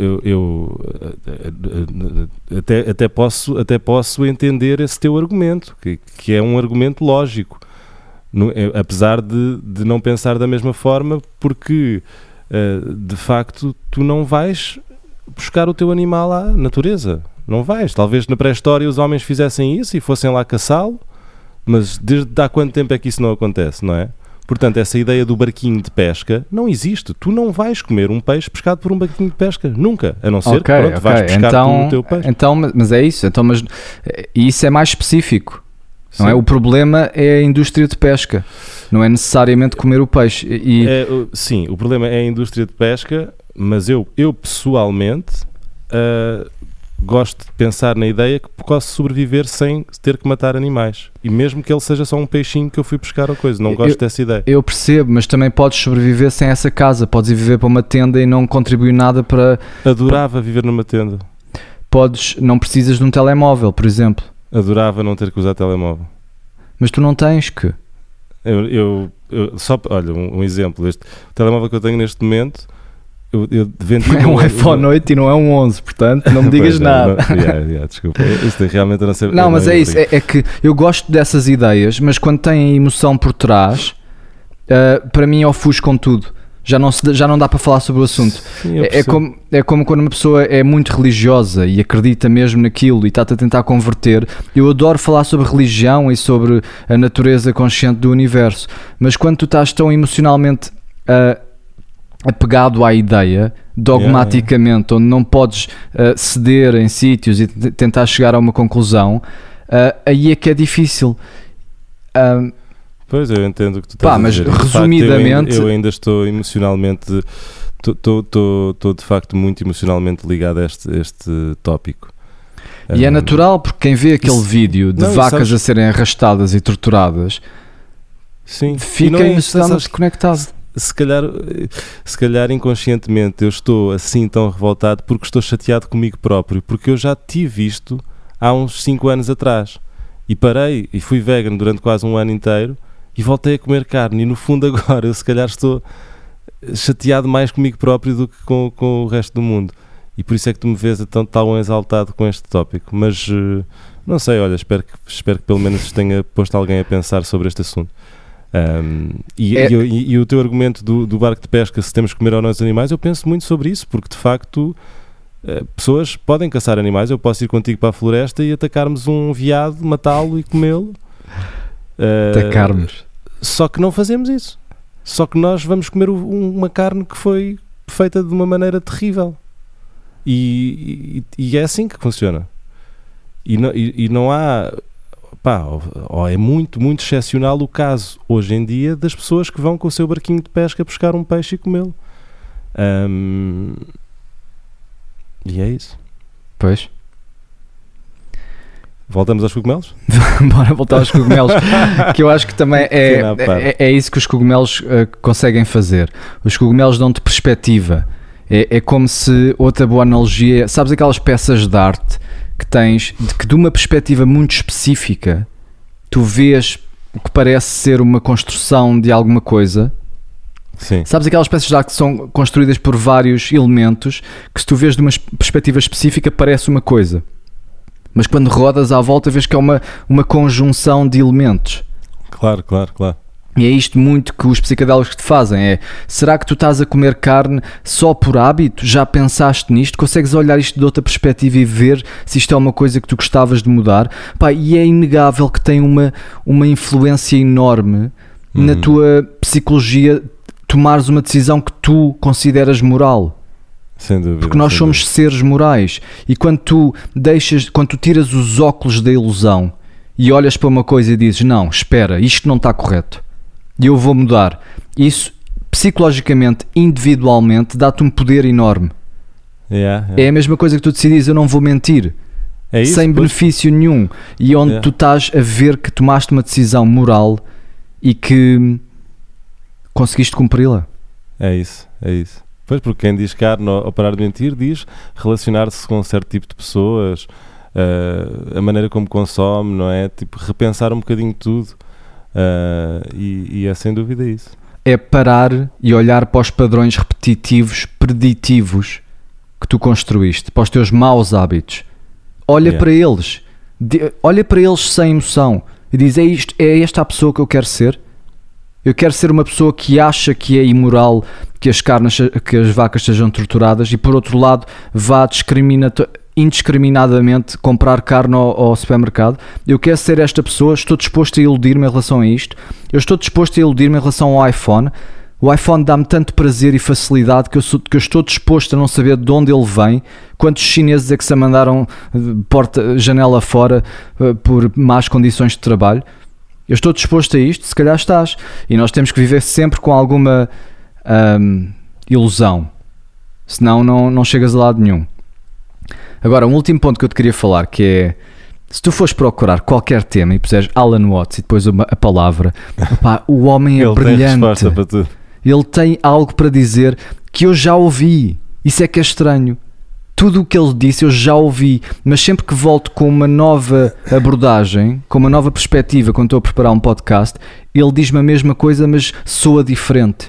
até posso entender esse teu argumento, que é um argumento lógico, apesar de não pensar da mesma forma, porque de facto tu não vais buscar o teu animal à natureza. Não vais. Talvez na pré-história os homens fizessem isso e fossem lá caçá-lo, mas desde há quanto tempo é que isso não acontece, não é? Portanto, essa ideia do barquinho de pesca não existe. Tu não vais comer um peixe pescado por um barquinho de pesca. Nunca. A não ser que vais pescar o teu peixe. Mas é isso. Mas isso é mais específico. Não é? O problema é a indústria de pesca. Não é necessariamente comer o peixe. Sim, o problema é a indústria de pesca, mas eu pessoalmente gosto de pensar na ideia que posso sobreviver sem ter que matar animais. E mesmo que ele seja só um peixinho que eu fui pescar ou coisa. Não gosto dessa ideia. Eu percebo, mas também podes sobreviver sem essa casa. Podes ir viver para uma tenda e não contribuir nada para... Adorava viver numa tenda. Não precisas de um telemóvel, por exemplo. Adorava não ter que usar telemóvel. Mas tu não tens que... Olha, um exemplo. O telemóvel que eu tenho neste momento... É um iPhone 8 e não é um 11, portanto não me digas nada. Desculpa, isto realmente eu não sei. Não, mas é isso, é que eu gosto dessas ideias, mas quando têm emoção por trás, para mim ofuscam tudo. Já não dá para falar sobre o assunto. Sim, é como quando uma pessoa é muito religiosa e acredita mesmo naquilo e está-te a tentar converter. Eu adoro falar sobre religião e sobre a natureza consciente do universo, mas quando tu estás tão emocionalmente apegado à ideia, dogmaticamente, onde não podes ceder em sítios e tentar chegar a uma conclusão, aí é que é difícil. Pois, eu entendo o que tu estás a dizer. Mas resumidamente... Eu ainda estou emocionalmente... Estou de facto muito emocionalmente ligado a este tópico. E é natural, porque quem vê aquele vídeo de vacas a serem arrastadas e torturadas, fica emocionalmente conectado. Se calhar inconscientemente eu estou assim tão revoltado porque estou chateado comigo próprio, porque eu já tive isto há uns 5 anos atrás e parei e fui vegan durante quase um ano inteiro e voltei a comer carne, e no fundo agora eu se calhar estou chateado mais comigo próprio do que com o resto do mundo, e por isso é que tu me vês tão exaltado com este tópico. Mas não sei, olha, espero que pelo menos tenha posto alguém a pensar sobre este assunto. E o teu argumento do barco de pesca, se temos que comer ou não os animais, eu penso muito sobre isso, porque de facto pessoas podem caçar animais. Eu posso ir contigo para a floresta e atacarmos um veado, matá-lo e comê-lo. Atacarmos. Só que não fazemos isso. Só que nós vamos comer uma carne que foi feita de uma terrível. E é assim que funciona. E não há... é muito, muito excepcional o caso hoje em dia das pessoas que vão com o seu barquinho de pesca buscar um peixe e comê-lo. E é isso. Pois. Voltamos aos cogumelos? Bora voltar aos cogumelos, que eu acho que também é isso que os cogumelos conseguem fazer. Os cogumelos dão-te perspectiva. É como se, outra boa analogia, sabes aquelas peças de arte que tens, de uma perspectiva muito específica, tu vês o que parece ser uma construção de alguma coisa. Sim. Sabes aquelas peças de arte que são construídas por vários elementos, que se tu vês de uma perspectiva específica parece uma coisa, mas quando rodas à volta vês que é uma conjunção de elementos. Claro. E é isto muito que os psicodélicos te fazem, será que tu estás a comer carne só por hábito? Já pensaste nisto? Consegues olhar isto de outra perspectiva e ver se isto é uma coisa que tu gostavas de mudar? E é inegável que tem uma influência enorme na tua psicologia. tomares uma decisão que tu consideras moral. Sem dúvida. Porque nós somos seres morais. E quando tu tiras os óculos da ilusão e olhas para uma coisa e dizes, não, espera, isto não está correto e eu vou mudar, isso psicologicamente, individualmente, dá-te um poder enorme. É a mesma coisa que tu decidis, eu não vou mentir, sem benefício nenhum, e onde tu estás a ver que tomaste uma decisão moral e que conseguiste cumpri-la. É isso. Pois, porque quem diz carne ao parar de mentir diz relacionar-se com um certo tipo de pessoas, a maneira como consome, não é? Tipo, repensar um bocadinho tudo, e é sem dúvida isso. É parar e olhar para os padrões repetitivos, preditivos que tu construíste, para os teus maus hábitos. Olha para eles, sem emoção e diz, é esta a pessoa que eu quero ser? Eu quero ser uma pessoa que acha que é imoral que as vacas sejam torturadas e, por outro lado, vá indiscriminadamente comprar carne ao supermercado. Eu quero ser esta pessoa, estou disposto a iludir-me em relação a isto. Eu estou disposto a iludir-me em relação ao iPhone. O iPhone dá-me tanto prazer e facilidade que eu estou disposto a não saber de onde ele vem. Quantos chineses é que se a mandaram janela fora por más condições de trabalho? Eu estou disposto a isto, se calhar estás. E nós temos que viver sempre com alguma ilusão. Senão não chegas a lado nenhum. Agora, um último ponto que eu te queria falar, que é, se tu fores procurar qualquer tema e puseres Alan Watts e depois a palavra, opá, o homem é brilhante. Ele tem resposta para tudo. Ele tem algo para dizer que eu já ouvi. Isso é que é estranho. Tudo o que ele disse eu já ouvi, mas sempre que volto com uma nova abordagem, com uma nova perspectiva, quando estou a preparar um podcast, ele diz-me a mesma coisa, mas soa diferente.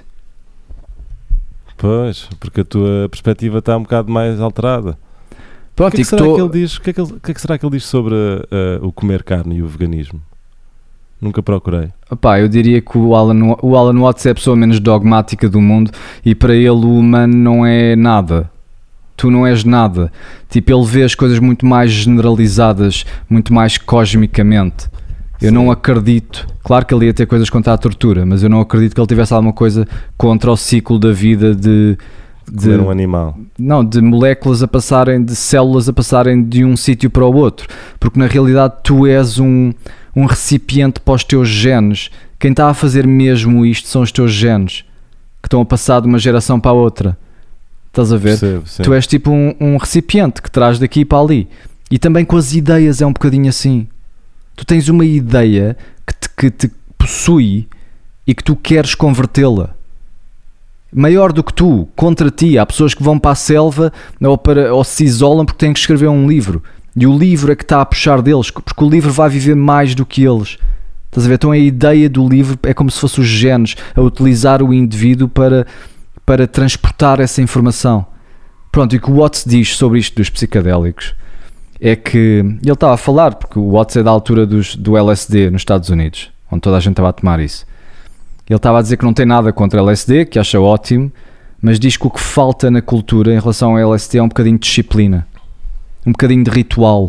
Pois, porque a tua perspectiva está um bocado mais alterada. Pronto, o que será que ele diz sobre o comer carne e o veganismo? Nunca procurei. Opá, eu diria que o Alan Watts é a pessoa menos dogmática do mundo e para ele o humano não é nada. Tu não és nada. Tipo, ele vê as coisas muito mais generalizadas, muito mais cosmicamente. Eu não acredito. Claro que ele ia ter coisas contra a tortura, mas eu não acredito que ele tivesse alguma coisa contra o ciclo da vida de um animal. Não, de moléculas a passarem, de células a passarem de um sítio para o outro. Porque na realidade tu és um recipiente para os teus genes. Quem está a fazer mesmo isto são os teus genes, que estão a passar de uma geração para a outra. Estás a ver? Sim. Tu és tipo um recipiente que traz daqui para ali. E também com as ideias é um bocadinho assim. Tu tens uma ideia que te possui e que tu queres convertê-la. Maior do que tu, contra ti. Há pessoas que vão para a selva ou se isolam porque têm que escrever um livro. E o livro é que está a puxar deles, porque o livro vai viver mais do que eles. Estás a ver? Então a ideia do livro é como se fosse os genes a utilizar o indivíduo para transportar essa informação. Pronto, e o que o Watts diz sobre isto dos psicadélicos é que ele estava a falar, porque o Watts é da altura do LSD nos Estados Unidos, onde toda a gente estava a tomar isso. Ele estava a dizer que não tem nada contra LSD, que acha ótimo, mas diz que o que falta na cultura em relação ao LSD é um bocadinho de disciplina, um bocadinho de ritual.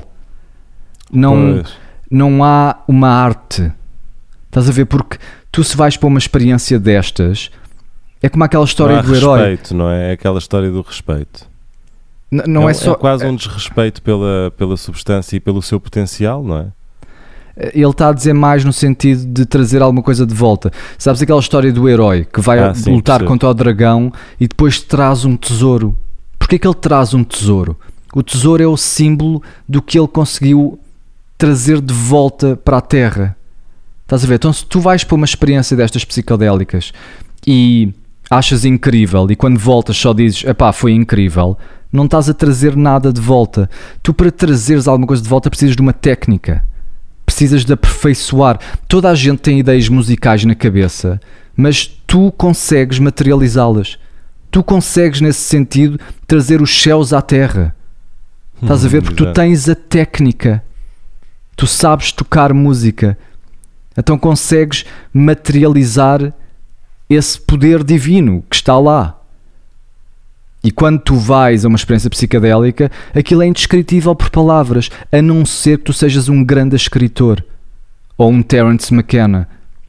Não há uma arte. Estás a ver? Porque tu, se vais para uma experiência destas, é como aquela história do herói. Respeito, não é? É aquela história do respeito. Não é só... É quase um desrespeito pela substância e pelo seu potencial, não é? Ele está a dizer mais no sentido de trazer alguma coisa de volta. Sabes aquela história do herói que vai lutar contra o dragão e depois traz um tesouro? Porquê que ele traz um tesouro? O tesouro é o símbolo do que ele conseguiu trazer de volta para a Terra. Estás a ver? Então se tu vais para uma experiência destas psicodélicas e achas incrível e quando voltas só dizes, epá, foi incrível, não estás a trazer nada de volta. Tu, para trazeres alguma coisa de volta, precisas de uma técnica. Precisas de aperfeiçoar. Toda a gente tem ideias musicais na cabeça, mas tu consegues materializá-las. Tu consegues, nesse sentido, trazer os céus à terra. Estás a ver? Porque tu tens a técnica. Tu sabes tocar música. Então consegues materializar esse poder divino que está lá. E quando tu vais a uma experiência psicadélica, aquilo é indescritível por palavras, a não ser que tu sejas um grande escritor ou um Terence McKenna.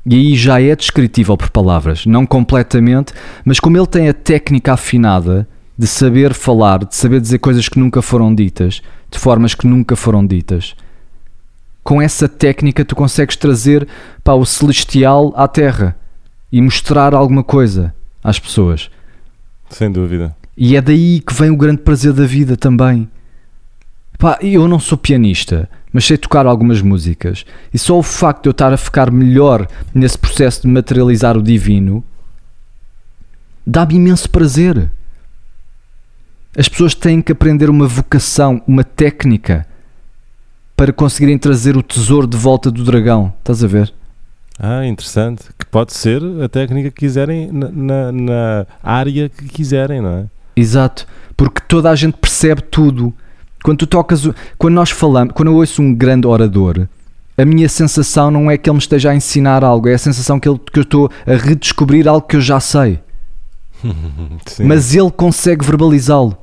E aí já é descritível por palavras, não completamente, mas como ele tem a técnica afinada de saber falar, de saber dizer coisas que nunca foram ditas, de formas que nunca foram ditas, com essa técnica tu consegues trazer o celestial à terra e mostrar alguma coisa às pessoas. Sem dúvida. E é daí que vem o grande prazer da vida também. Eu não sou pianista, mas sei tocar algumas músicas, e só o facto de eu estar a ficar melhor nesse processo de materializar o divino dá-me imenso prazer. As pessoas têm que aprender uma vocação, uma técnica para conseguirem trazer o tesouro de volta do dragão. Estás a ver? Interessante. Que pode ser a técnica que quiserem na área que quiserem, não é? Exato. Porque toda a gente percebe tudo. Quando tu tocas, quando nós falamos, quando eu ouço um grande orador, a minha sensação não é que ele me esteja a ensinar algo, é a sensação que eu estou a redescobrir algo que eu já sei. Mas ele consegue verbalizá-lo.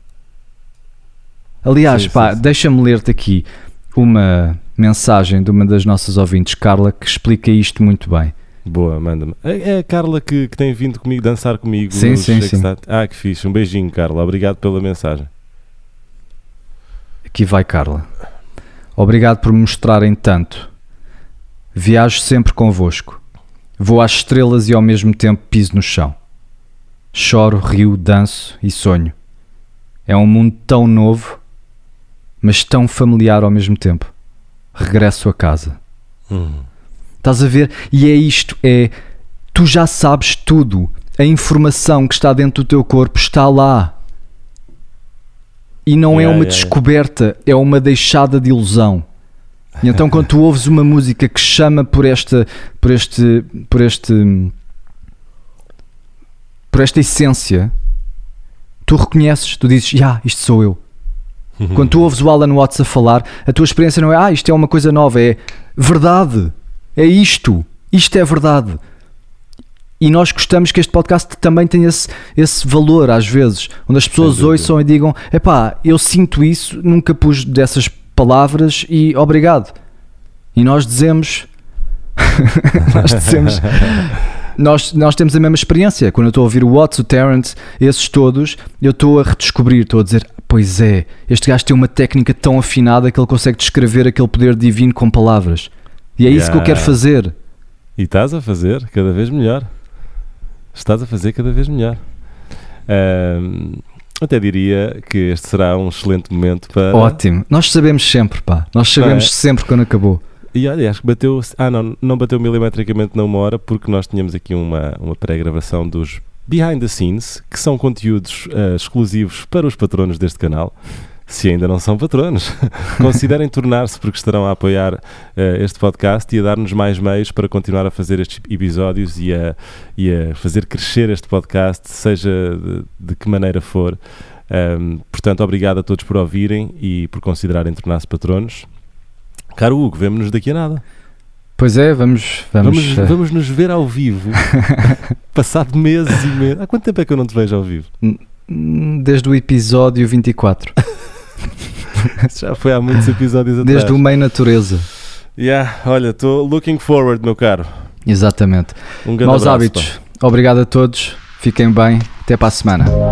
Aliás, sim. Deixa-me ler-te aqui uma mensagem de uma das nossas ouvintes, Carla, que explica isto muito bem. Boa, manda-me. É a Carla que tem vindo comigo, dançar comigo. Sim. Que fixe. Um beijinho, Carla. Obrigado pela mensagem. Aqui vai, Carla. Obrigado por me mostrarem tanto. Viajo sempre convosco. Vou às estrelas e ao mesmo tempo piso no chão. Choro, rio, danço e sonho. É um mundo tão novo, mas tão familiar ao mesmo tempo. Regresso a casa. Estás a ver? E é isto, tu já sabes tudo. A informação que está dentro do teu corpo está lá. E não é uma descoberta, é uma deixada de ilusão. E então quando tu ouves uma música que chama por esta essência, tu reconheces, tu dizes, isto sou eu. Quando tu ouves o Alan Watts a falar, a tua experiência não é, isto é uma coisa nova, é verdade, é isto é verdade. E nós gostamos que este podcast também tenha esse valor, às vezes, onde as pessoas ouçam e digam, eu sinto isso, nunca pus dessas palavras e obrigado. E nós dizemos, nós temos a mesma experiência. Quando eu estou a ouvir o Watts, o Terence, esses todos, eu estou a redescobrir, estou a dizer, pois é, este gajo tem uma técnica tão afinada que ele consegue descrever aquele poder divino com palavras. E é isso que eu quero fazer. E estás a fazer cada vez melhor. Estás a fazer cada vez melhor. Até diria que este será um excelente momento para... Ótimo. Nós sabemos sempre, Nós sabemos sempre quando acabou. E olha, acho que bateu... não bateu milimetricamente na 1 hora, porque nós tínhamos aqui uma pré-gravação dos Behind the Scenes, que são conteúdos exclusivos para os patronos deste canal. Se ainda não são patronos, considerem tornar-se, porque estarão a apoiar este podcast e a dar-nos mais meios para continuar a fazer estes episódios e a fazer crescer este podcast, seja de que maneira for. Portanto, obrigado a todos por ouvirem e por considerarem tornar-se patronos. Caro Hugo, vemo-nos daqui a nada. Pois é, vamos nos ver ao vivo, passado meses e meses. Há quanto tempo é que eu não te vejo ao vivo? Desde o episódio 24. Já foi há muitos episódios atrás. Desde o Meio Natureza. Olha, estou looking forward, meu caro. Exatamente. Um grande Maus abraço, hábitos. Obrigado a todos. Fiquem bem. Até para a semana.